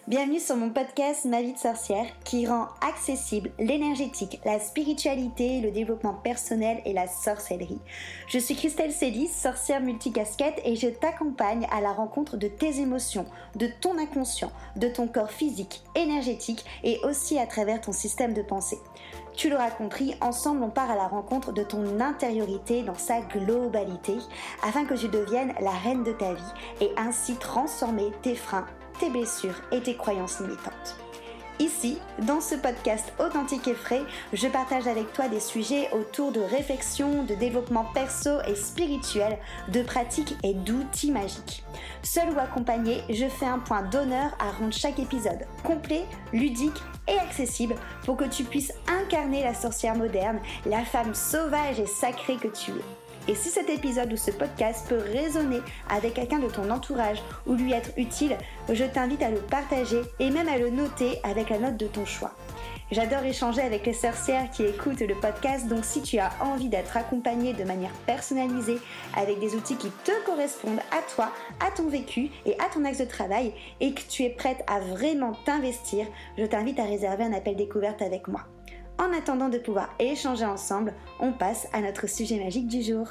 Bienvenue sur mon podcast Ma vie de sorcière qui rend accessible l'énergétique, la spiritualité, le développement personnel et la sorcellerie. Je suis Christelle Célis, sorcière multicasquette et je t'accompagne à la rencontre de tes émotions, de ton inconscient, de ton corps physique, énergétique et aussi à travers ton système de pensée. Tu l'auras compris, ensemble on part à la rencontre de ton intériorité dans sa globalité afin que tu deviennes la reine de ta vie et ainsi transformer tes freins, tes blessures et tes croyances limitantes. Ici, dans ce podcast authentique et frais, je partage avec toi des sujets autour de réflexion, de développement perso et spirituel, de pratiques et d'outils magiques. Seul ou accompagné, je fais un point d'honneur à rendre chaque épisode complet, ludique et accessible pour que tu puisses incarner la sorcière moderne, la femme sauvage et sacrée que tu es. Et si cet épisode ou ce podcast peut résonner avec quelqu'un de ton entourage ou lui être utile, je t'invite à le partager et même à le noter avec la note de ton choix. J'adore échanger avec les sorcières qui écoutent le podcast, donc si tu as envie d'être accompagnée de manière personnalisée avec des outils qui te correspondent à toi, à ton vécu et à ton axe de travail et que tu es prête à vraiment t'investir, je t'invite à réserver un appel découverte avec moi. En attendant de pouvoir échanger ensemble, on passe à notre sujet magique du jour.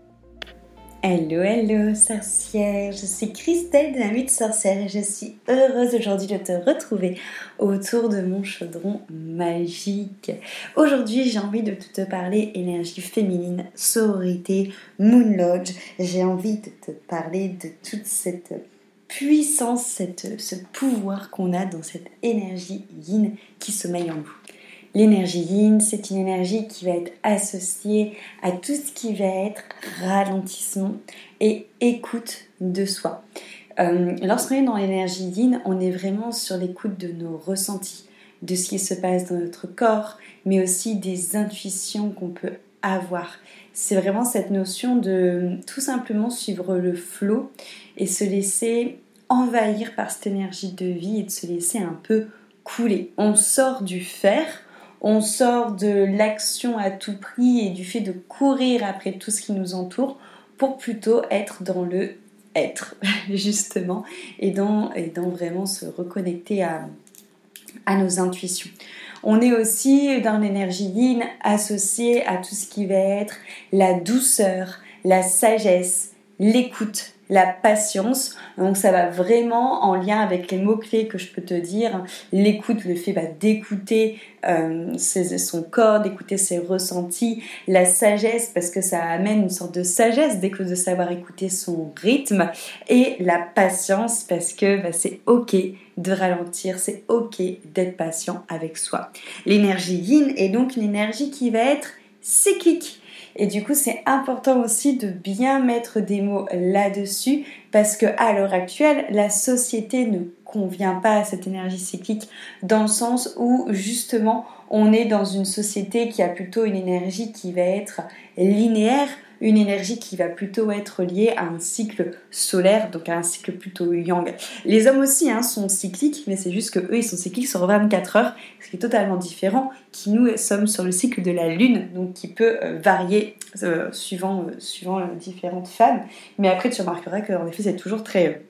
Hello sorcière, je suis Christelle de la vie de sorcière et je suis heureuse aujourd'hui de te retrouver autour de mon chaudron magique. Aujourd'hui j'ai envie de te parler énergie féminine, sororité, Moon Lodge. J'ai envie de te parler de toute cette puissance, ce pouvoir qu'on a dans cette énergie yin qui sommeille en nous. L'énergie yin, c'est une énergie qui va être associée à tout ce qui va être ralentissement et écoute de soi. Lorsqu'on est dans l'énergie yin, on est vraiment sur l'écoute de nos ressentis, de ce qui se passe dans notre corps, mais aussi des intuitions qu'on peut avoir. C'est vraiment cette notion de tout simplement suivre le flow et se laisser envahir par cette énergie de vie et de se laisser un peu couler. On sort du faire. On sort de l'action à tout prix et du fait de courir après tout ce qui nous entoure pour plutôt être dans le être, justement, et dans vraiment se reconnecter à nos intuitions. On est aussi dans l'énergie yin associée à tout ce qui va être la douceur, la sagesse, l'écoute, la patience. Donc ça va vraiment en lien avec les mots-clés que je peux te dire. L'écoute, le fait d'écouter son corps, d'écouter ses ressentis. La sagesse, parce que ça amène une sorte de sagesse de savoir écouter son rythme. Et la patience, parce que c'est ok de ralentir, c'est ok d'être patient avec soi. L'énergie yin est donc une énergie qui va être cyclique. Et du coup, c'est important aussi de bien mettre des mots là-dessus parce qu'à l'heure actuelle, la société ne convient pas à cette énergie cyclique dans le sens où justement, on est dans une société qui a plutôt une énergie qui va être linéaire, une énergie qui va plutôt être liée à un cycle solaire, donc à un cycle plutôt yang. Les hommes aussi sont cycliques, mais c'est juste qu'eux, ils sont cycliques sur 24 heures, ce qui est totalement différent, qui nous sommes sur le cycle de la lune, donc qui peut varier suivant différentes femmes. Mais après, tu remarqueras qu'en effet, c'est toujours très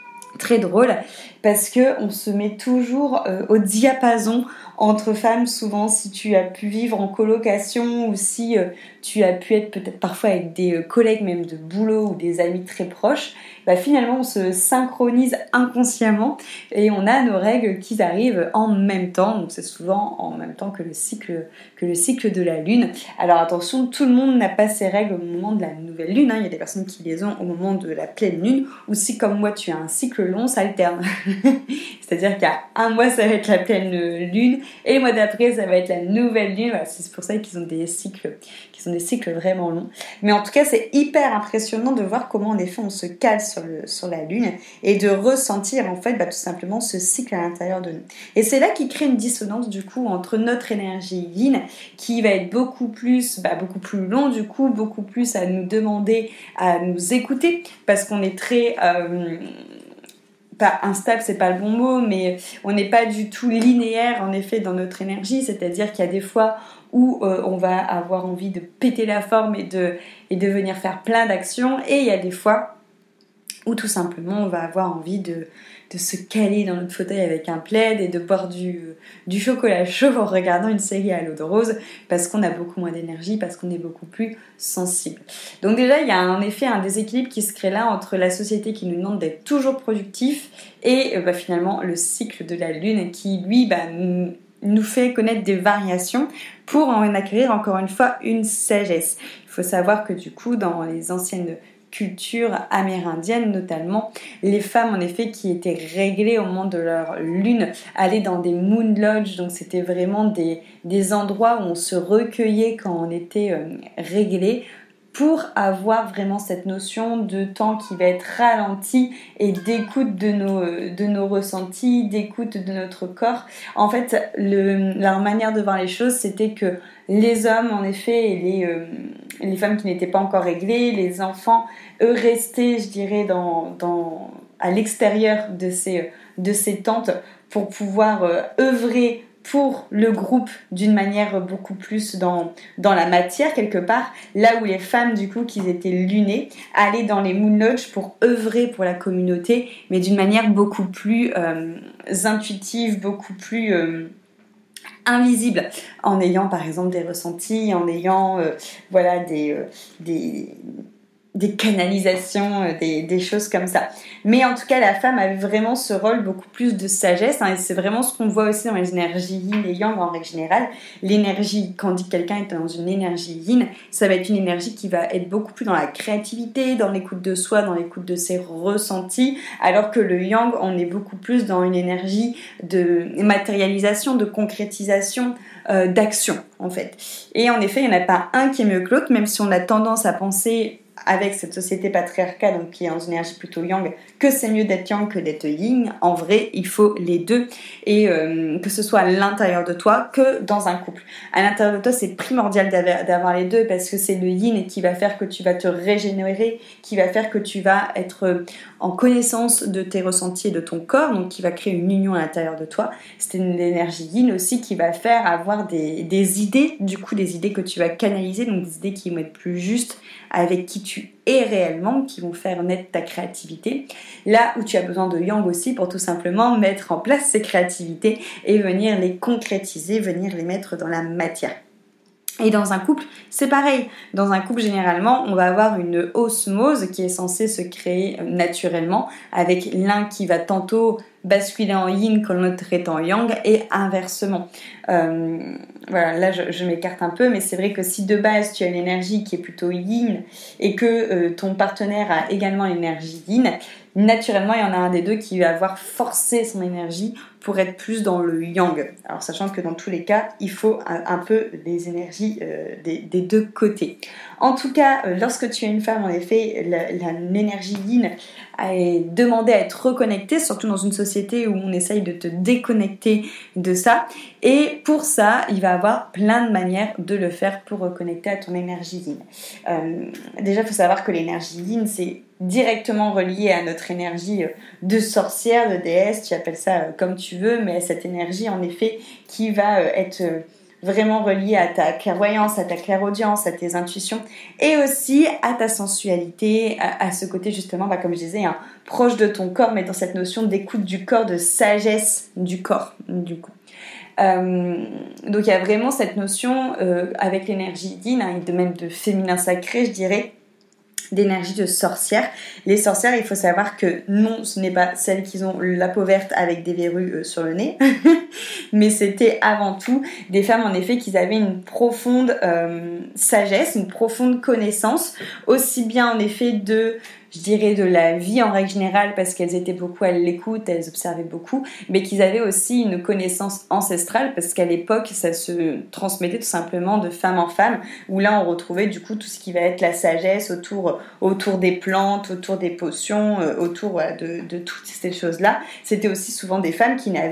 drôle parce que on se met toujours au diapason entre femmes. Souvent, si tu as pu vivre en colocation ou si tu as pu être peut-être parfois avec des collègues même de boulot ou des amis très proches, finalement on se synchronise inconsciemment et on a nos règles qui arrivent en même temps. Donc c'est souvent en même temps que le cycle de la lune. Alors attention, tout le monde n'a pas ses règles au moment de la nouvelle lune. Il y a des personnes qui les ont au moment de la pleine lune, ou si comme moi tu as un cycle long, ça alterne. C'est-à-dire qu'il y a un mois ça va être la pleine lune et le mois d'après ça va être la nouvelle lune. Voilà, c'est pour ça qu'ils ont des cycles vraiment longs. Mais en tout cas, c'est hyper impressionnant de voir comment en effet on se cale sur la lune et de ressentir en fait tout simplement ce cycle à l'intérieur de nous. Et c'est là qu'il crée une dissonance du coup entre notre énergie yin qui va être beaucoup plus long du coup, beaucoup plus à nous demander à nous écouter parce qu'on est très pas instable, c'est pas le bon mot, mais on n'est pas du tout linéaire en effet dans notre énergie, c'est-à-dire qu'il y a des fois où on va avoir envie de péter la forme et de venir faire plein d'actions, et il y a des fois ou tout simplement on va avoir envie de se caler dans notre fauteuil avec un plaid et de boire du chocolat chaud en regardant une série à l'eau de rose parce qu'on a beaucoup moins d'énergie, parce qu'on est beaucoup plus sensible. Donc déjà, il y a en effet un déséquilibre qui se crée là entre la société qui nous demande d'être toujours productif et finalement le cycle de la lune qui, lui, nous fait connaître des variations pour en acquérir encore une fois une sagesse. Il faut savoir que du coup, dans les anciennes culture amérindienne notamment, les femmes en effet qui étaient réglées au moment de leur lune allaient dans des moon lodges, donc c'était vraiment des endroits où on se recueillait quand on était réglé pour avoir vraiment cette notion de temps qui va être ralenti et d'écoute de nos ressentis, d'écoute de notre corps. En fait, leur manière de voir les choses, c'était que les hommes, en effet, et les femmes qui n'étaient pas encore réglées, les enfants, eux, restaient, je dirais, à l'extérieur de ces tentes pour pouvoir œuvrer pour le groupe d'une manière beaucoup plus dans la matière quelque part, là où les femmes du coup qui étaient lunées allaient dans les moon lodges pour œuvrer pour la communauté, mais d'une manière beaucoup plus intuitive, beaucoup plus invisible, en ayant par exemple des ressentis, en ayant des canalisations, des choses comme ça. Mais en tout cas, la femme avait vraiment ce rôle beaucoup plus de sagesse, et c'est vraiment ce qu'on voit aussi dans les énergies yin et yang en règle générale. L'énergie, quand on dit que quelqu'un est dans une énergie yin, ça va être une énergie qui va être beaucoup plus dans la créativité, dans l'écoute de soi, dans l'écoute de ses ressentis, alors que le yang, on est beaucoup plus dans une énergie de matérialisation, de concrétisation, d'action en fait. Et en effet, il n'y en a pas un qui est mieux que l'autre, même si on a tendance à penser avec cette société patriarcale, donc qui est dans une énergie plutôt yang, que c'est mieux d'être yang que d'être yin. En vrai, il faut les deux, et que ce soit à l'intérieur de toi que dans un couple. À l'intérieur de toi, c'est primordial d'avoir les deux, parce que c'est le yin qui va faire que tu vas te régénérer, qui va faire que tu vas être en connaissance de tes ressentis et de ton corps, donc qui va créer une union à l'intérieur de toi. C'est une énergie yin aussi qui va faire avoir des idées, du coup des idées que tu vas canaliser, donc des idées qui vont être plus justes avec qui tu es réellement, qui vont faire naître ta créativité. Là où tu as besoin de yang aussi pour tout simplement mettre en place ces créativités et venir les concrétiser, venir les mettre dans la matière. Et dans un couple, c'est pareil. Dans un couple, généralement, on va avoir une osmose qui est censée se créer naturellement, avec l'un qui va tantôt basculer en yin quand l'autre est en yang, et inversement. Voilà, là je m'écarte un peu, mais c'est vrai que si de base tu as une énergie qui est plutôt yin et que ton partenaire a également l'énergie yin, naturellement il y en a un des deux qui va avoir forcé son énergie pour être plus dans le yang. Alors sachant que dans tous les cas, il faut un peu des énergies des deux côtés. En tout cas, lorsque tu es une femme, en effet, l'énergie yin est demandée à être reconnectée, surtout dans une société où on essaye de te déconnecter de ça. Et pour ça, il va y avoir plein de manières de le faire pour reconnecter à ton énergie yin. Déjà, il faut savoir que l'énergie yin, c'est directement relié à notre énergie de sorcière, de déesse, tu appelles ça comme tu veux, mais cette énergie, en effet, qui va être vraiment reliée à ta clairvoyance, à ta clairaudience, à tes intuitions, et aussi à ta sensualité, à ce côté justement, comme je disais, proche de ton corps, mais dans cette notion d'écoute du corps, de sagesse du corps, du coup. Donc il y a vraiment cette notion avec l'énergie yin, et même de féminin sacré, je dirais, d'énergie de sorcière. Les sorcières, il faut savoir que non, ce n'est pas celles qui ont la peau verte avec des verrues sur le nez, mais c'était avant tout des femmes en effet qui avaient une profonde sagesse, une profonde connaissance, aussi bien en effet je dirais de la vie en règle générale, parce qu'elles étaient beaucoup à l'écoute, elles observaient beaucoup, mais qu'ils avaient aussi une connaissance ancestrale, parce qu'à l'époque ça se transmettait tout simplement de femme en femme, où là on retrouvait du coup tout ce qui va être la sagesse autour des plantes, autour des potions, autour de toutes ces choses là. C'était aussi souvent des femmes qui n'avaient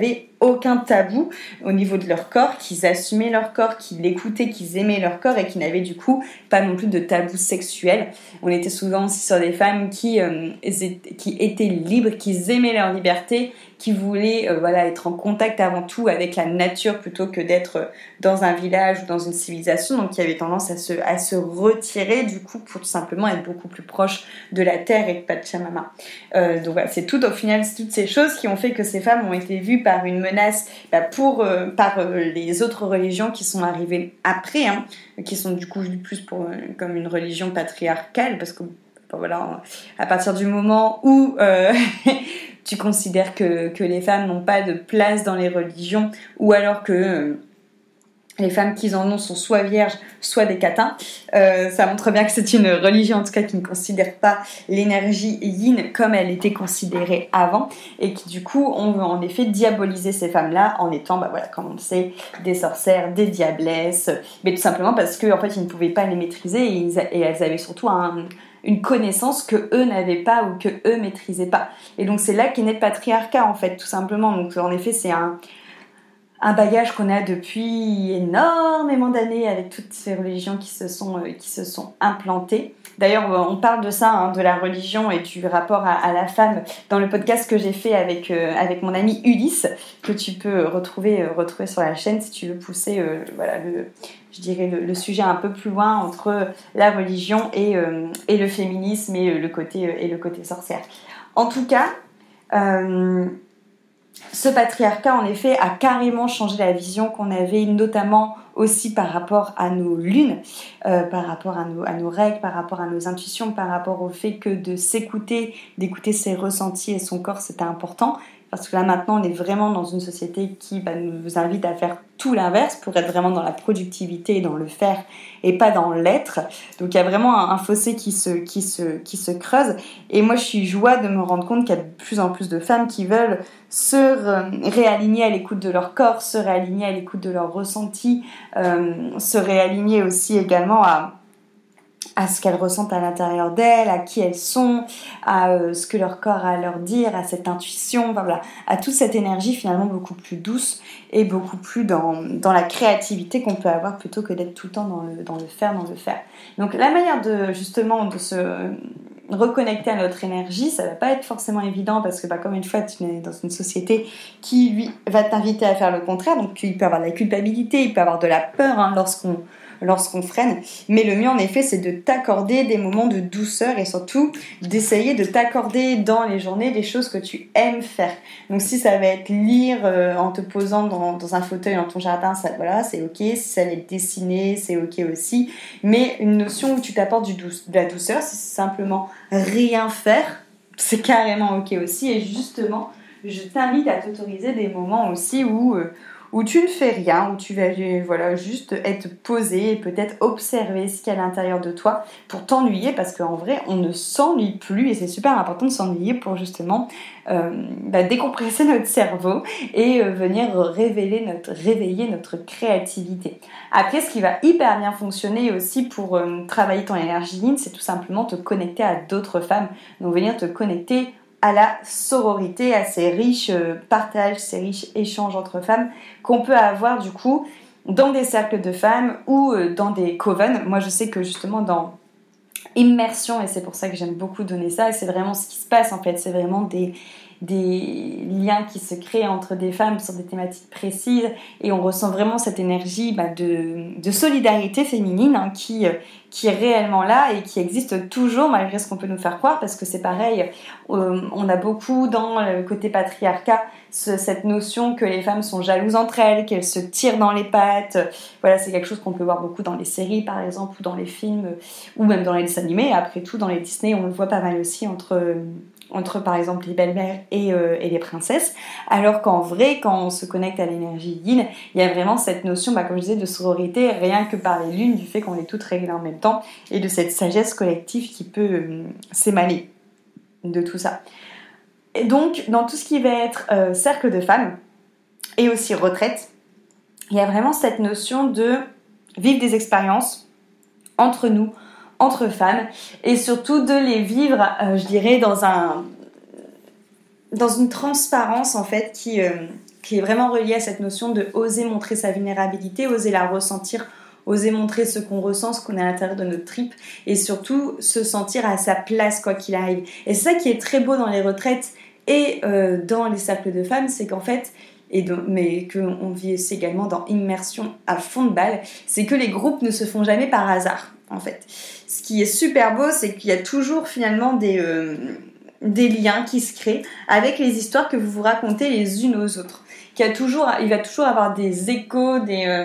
aucun tabou au niveau de leur corps, qu'ils assumaient leur corps, qu'ils l'écoutaient, qu'ils aimaient leur corps et qu'ils n'avaient du coup pas non plus de tabou sexuel. On était souvent aussi sur des femmes qui étaient libres, qui aimaient leur liberté, qui voulaient être en contact avant tout avec la nature plutôt que d'être dans un village ou dans une civilisation, donc qui avaient tendance à se retirer du coup pour tout simplement être beaucoup plus proche de la terre et de Pachamama. Donc voilà, c'est tout au final, c'est toutes ces choses qui ont fait que ces femmes ont été vues par une menace par les autres religions qui sont arrivées après, qui sont du coup vues plus comme une religion patriarcale, parce que voilà, à partir du moment où tu considères que les femmes n'ont pas de place dans les religions, ou alors que les femmes qui en ont sont soit vierges, soit des catins. Ça montre bien que c'est une religion, en tout cas, qui ne considère pas l'énergie yin comme elle était considérée avant, et qui, du coup, on veut en effet diaboliser ces femmes-là en étant, comme on le sait, des sorcières, des diablesses, mais tout simplement parce qu'en fait, ils ne pouvaient pas les maîtriser, et elles avaient surtout une connaissance que eux n'avaient pas ou que eux maîtrisaient pas. Et donc, c'est là qu'est né le patriarcat, en fait, tout simplement. Donc, en effet, c'est un bagage qu'on a depuis énormément d'années avec toutes ces religions qui se sont implantées. D'ailleurs, on parle de ça, de la religion et du rapport à la femme dans le podcast que j'ai fait avec mon ami Ulysse, que tu peux retrouver sur la chaîne si tu veux pousser le sujet un peu plus loin entre la religion et le féminisme et le côté sorcière. En tout cas, ce patriarcat, en effet, a carrément changé la vision qu'on avait, notamment aussi par rapport à nos lunes, par rapport à nos règles, par rapport à nos intuitions, par rapport au fait que de s'écouter, d'écouter ses ressentis et son corps, c'était important. Parce que là, maintenant, on est vraiment dans une société qui nous invite à faire tout l'inverse pour être vraiment dans la productivité et dans le faire et pas dans l'être. Donc, il y a vraiment un fossé qui se creuse. Et moi, je suis joie de me rendre compte qu'il y a de plus en plus de femmes qui veulent se réaligner à l'écoute de leur corps, se réaligner à l'écoute de leurs ressentis, se réaligner aussi également à ce qu'elles ressentent à l'intérieur d'elles, à qui elles sont, à ce que leur corps a à leur dire, à cette intuition, à toute cette énergie finalement beaucoup plus douce et beaucoup plus dans la créativité qu'on peut avoir plutôt que d'être tout le temps dans le faire. Donc la manière de se reconnecter à notre énergie, ça va pas être forcément évident parce que comme une fois tu es dans une société qui lui va t'inviter à faire le contraire, donc il peut y avoir de la culpabilité, il peut y avoir de la peur lorsqu'on freine, mais le mieux en effet c'est de t'accorder des moments de douceur et surtout d'essayer de t'accorder dans les journées des choses que tu aimes faire. Donc si ça va être lire en te posant dans un fauteuil dans ton jardin, c'est ok. Si ça va être dessiner, c'est ok aussi, mais une notion où tu t'apportes de la douceur, si c'est simplement rien faire, c'est carrément ok aussi. Et justement, je t'invite à t'autoriser des moments aussi où tu ne fais rien, où tu vas juste être posé et peut-être observer ce qu'il y a à l'intérieur de toi pour t'ennuyer, parce qu'en vrai, on ne s'ennuie plus et c'est super important de s'ennuyer pour justement décompresser notre cerveau et venir réveiller notre créativité. Après, ce qui va hyper bien fonctionner aussi pour travailler ton énergie yin, c'est tout simplement te connecter à d'autres femmes, donc venir te connecter à la sororité, à ces riches partages, ces riches échanges entre femmes qu'on peut avoir du coup dans des cercles de femmes ou dans des covens. Moi je sais que justement dans Immersion, et c'est pour ça que j'aime beaucoup donner ça, c'est vraiment ce qui se passe en fait, c'est vraiment des liens qui se créent entre des femmes sur des thématiques précises et on ressent vraiment cette énergie de solidarité féminine qui est réellement là et qui existe toujours malgré ce qu'on peut nous faire croire, parce que c'est pareil, on a beaucoup dans le côté patriarcat cette notion que les femmes sont jalouses entre elles, qu'elles se tirent dans les pattes. Voilà, c'est quelque chose qu'on peut voir beaucoup dans les séries par exemple, ou dans les films, ou même dans les dessins animés. Après tout, dans les Disney, on le voit pas mal aussi entre par exemple les belles-mères et les princesses, alors qu'en vrai, quand on se connecte à l'énergie yin, il y a vraiment cette notion, comme je disais, de sororité, rien que par les lunes, du fait qu'on est toutes réglées en même temps, et de cette sagesse collective qui peut s'émaner de tout ça. Et donc, dans tout ce qui va être cercle de femmes, et aussi retraite, il y a vraiment cette notion de vivre des expériences entre nous, entre femmes, et surtout de les vivre, je dirais, dans une transparence en fait qui est vraiment relié à cette notion de oser montrer sa vulnérabilité, oser la ressentir, oser montrer ce qu'on ressent, ce qu'on a à l'intérieur de notre tripe, et surtout se sentir à sa place quoi qu'il arrive. Et c'est ça qui est très beau dans les retraites et dans les cercles de femmes, c'est qu'en fait, mais qu'on vit aussi également dans Immersion à fond de balle, c'est que les groupes ne se font jamais par hasard, en fait. Ce qui est super beau, c'est qu'il y a toujours finalement des liens qui se créent avec les histoires que vous vous racontez les unes aux autres. Il va toujours avoir des échos,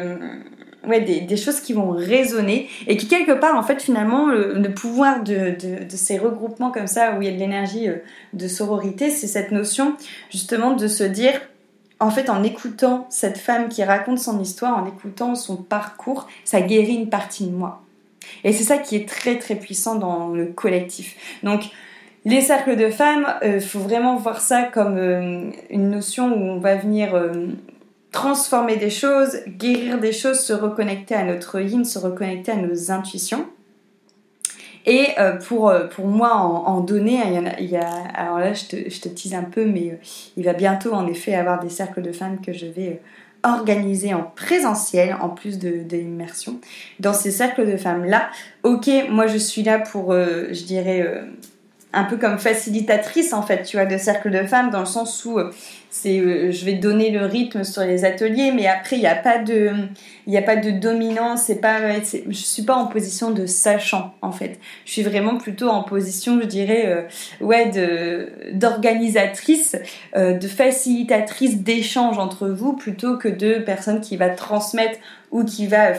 des choses qui vont résonner et qui quelque part en fait finalement le pouvoir de ces regroupements comme ça où il y a de l'énergie de sororité, c'est cette notion justement de se dire en fait en écoutant cette femme qui raconte son histoire, en écoutant son parcours, ça guérit une partie de moi. Et c'est ça qui est très très puissant dans le collectif. Donc les cercles de femmes, faut vraiment voir ça comme une notion où on va venir transformer des choses, guérir des choses, se reconnecter à notre yin, se reconnecter à nos intuitions. Et pour moi, en donner, alors là, je te tease un peu, mais il va bientôt en effet avoir des cercles de femmes que je vais organiser en présentiel, en plus de l'immersion. Dans ces cercles de femmes-là, ok, moi je suis là pour, je dirais... un peu comme facilitatrice en fait, tu vois, de cercle de femmes, dans le sens où je vais donner le rythme sur les ateliers, mais après il n'y a pas de dominance, je suis pas en position de sachant en fait, je suis vraiment plutôt en position, je dirais, d'organisatrice, de facilitatrice d'échange entre vous, plutôt que de personne qui va transmettre ou qui va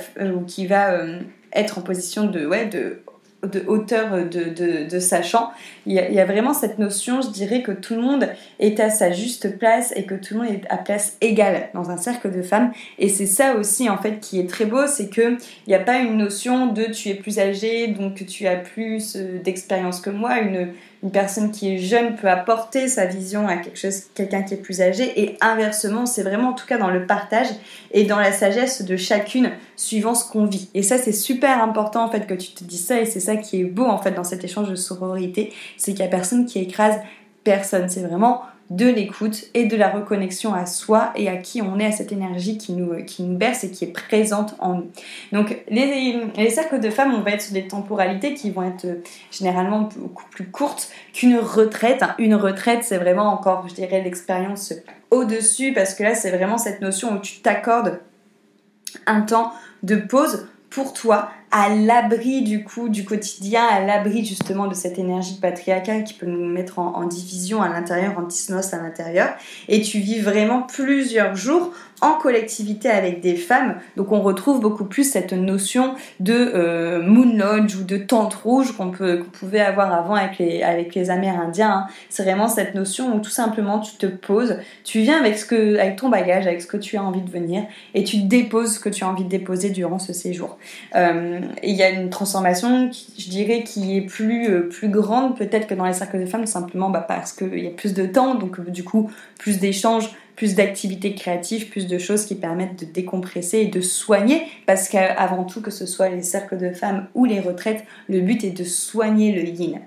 être en position de hauteur de sachant. Il y a vraiment cette notion, je dirais, que tout le monde est à sa juste place et que tout le monde est à place égale dans un cercle de femmes. Et c'est ça aussi en fait qui est très beau, c'est que il n'y a pas une notion de tu es plus âgé donc tu as plus d'expérience que moi. Une personne qui est jeune peut apporter sa vision à quelqu'un qui est plus âgé, et inversement, c'est vraiment en tout cas dans le partage et dans la sagesse de chacune suivant ce qu'on vit. Et ça, c'est super important en fait que tu te dises ça, et c'est ça qui est beau en fait dans cet échange de sororité, c'est qu'il y a personne qui écrase personne. C'est vraiment de l'écoute et de la reconnexion à soi et à qui on est, à cette énergie qui nous berce et qui est présente en nous. Donc les cercles de femmes, on va être sur des temporalités qui vont être généralement beaucoup plus courtes qu'une retraite. Une retraite, c'est vraiment encore, je dirais, l'expérience au-dessus, parce que là, c'est vraiment cette notion où tu t'accordes un temps de pause pour toi, à l'abri du quotidien, à l'abri justement de cette énergie patriarcale qui peut nous mettre en division à l'intérieur, en dysnose à l'intérieur, et tu vis vraiment plusieurs jours en collectivité avec des femmes. Donc on retrouve beaucoup plus cette notion de Moon Lodge ou de tente rouge qu'on pouvait avoir avant avec les Amérindiens, hein. C'est vraiment cette notion où tout simplement tu te poses, tu viens avec ton bagage, avec ce que tu as envie de venir, et tu déposes ce que tu as envie de déposer durant ce séjour. Et il y a une transformation je dirais qui est plus grande peut-être que dans les cercles de femmes, simplement parce qu'il y a plus de temps, donc du coup plus d'échanges, plus d'activités créatives, plus de choses qui permettent de décompresser et de soigner, parce qu'avant tout, que ce soit les cercles de femmes ou les retraites, le but est de soigner le yin.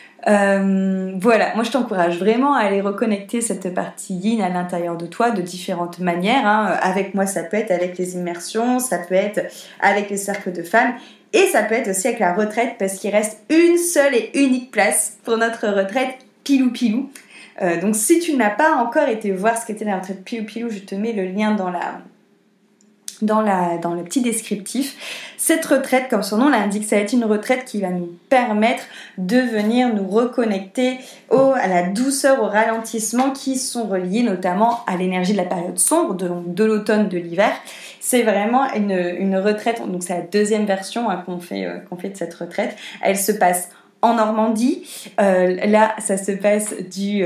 Voilà, moi je t'encourage vraiment à aller reconnecter cette partie yin à l'intérieur de toi de différentes manières, hein. Avec moi, ça peut être avec les immersions, ça peut être avec les cercles de femmes, et ça peut être aussi avec la retraite, parce qu'il reste une seule et unique place pour notre retraite Pilou Pilou. Donc si tu n'as pas encore été voir ce qu'était la retraite Pilou Pilou, je te mets le lien dans le petit descriptif. Cette retraite, comme son nom l'indique, ça va être une retraite qui va nous permettre de venir nous reconnecter à la douceur, au ralentissement, qui sont reliés notamment à l'énergie de la période sombre, de l'automne, de l'hiver. C'est vraiment une retraite, donc c'est la deuxième version qu'on fait de cette retraite. Elle se passe en Normandie. Là, ça se passe du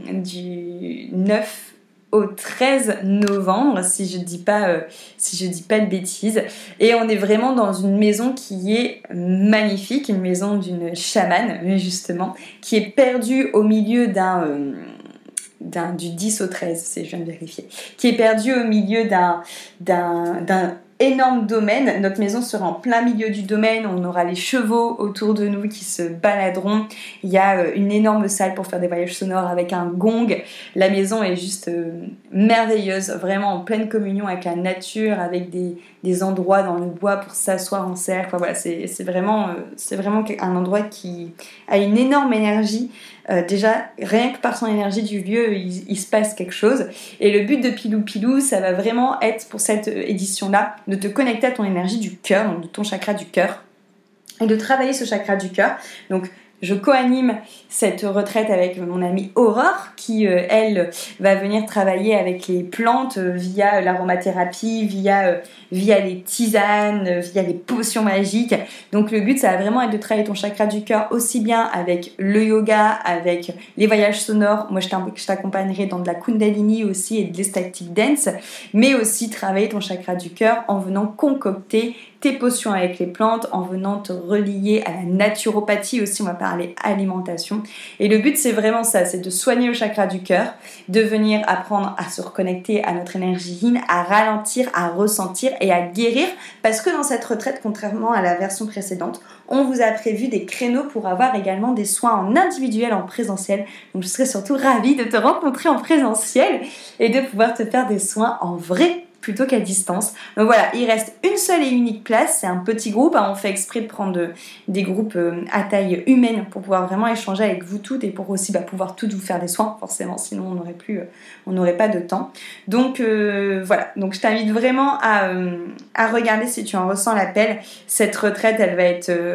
9 au 13 novembre, si je dis pas de bêtises. Et on est vraiment dans une maison qui est magnifique, une maison d'une chamane, justement, qui est perdue au milieu du 10 au 13, je viens de vérifier, qui est perdue au milieu d'un énorme domaine. Notre maison sera en plein milieu du domaine. On aura les chevaux autour de nous qui se baladeront. Il y a une énorme salle pour faire des voyages sonores avec un gong. La maison est juste merveilleuse, vraiment en pleine communion avec la nature, avec des endroits dans le bois pour s'asseoir en cercle. Enfin, voilà, c'est vraiment un endroit qui a une énorme énergie. Déjà, rien que par son énergie du lieu, il se passe quelque chose. Et le but de Pilou Pilou, ça va vraiment être pour cette édition-là de te connecter à ton énergie du cœur, donc de ton chakra du cœur, et de travailler ce chakra du cœur. Donc, je co-anime cette retraite avec mon amie Aurore qui, elle, va venir travailler avec les plantes via l'aromathérapie, via les tisanes, via les potions magiques. Donc le but, ça va vraiment être de travailler ton chakra du cœur aussi bien avec le yoga, avec les voyages sonores. Moi, je t'accompagnerai dans de la kundalini aussi et de l'estatic dance, mais aussi travailler ton chakra du cœur en venant concocter tes potions avec les plantes, en venant te relier à la naturopathie aussi, on va parler alimentation. Et le but, c'est vraiment ça, c'est de soigner le chakra du cœur, de venir apprendre à se reconnecter à notre énergie yin, à ralentir, à ressentir et à guérir, parce que dans cette retraite, contrairement à la version précédente, on vous a prévu des créneaux pour avoir également des soins en individuel, en présentiel. Donc je serais surtout ravie de te rencontrer en présentiel et de pouvoir te faire des soins en vrai plutôt qu'à distance. Donc voilà, il reste une seule et unique place, c'est un petit groupe, on fait exprès de prendre des groupes à taille humaine pour pouvoir vraiment échanger avec vous toutes et pour aussi pouvoir toutes vous faire des soins, forcément, sinon on n'aurait pas de temps. Donc voilà, donc je t'invite vraiment à regarder si tu en ressens l'appel. Cette retraite, elle va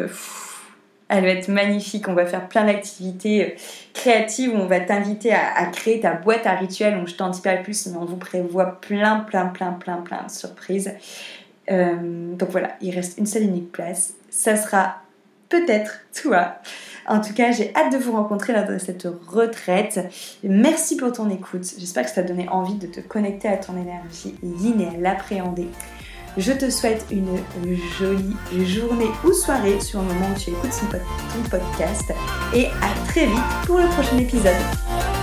être magnifique, on va faire plein d'activités créatives où on va t'inviter à créer ta boîte à rituels, donc je t'en dis pas plus, mais on vous prévoit plein de surprises. Donc voilà, il reste une seule unique place, ça sera peut-être toi. En tout cas, j'ai hâte de vous rencontrer lors de cette retraite. Merci pour ton écoute, j'espère que ça t'a donné envie de te connecter à ton énergie yin et à l'appréhender. Je te souhaite une jolie journée ou soirée sur le moment où tu écoutes ton podcast et à très vite pour le prochain épisode.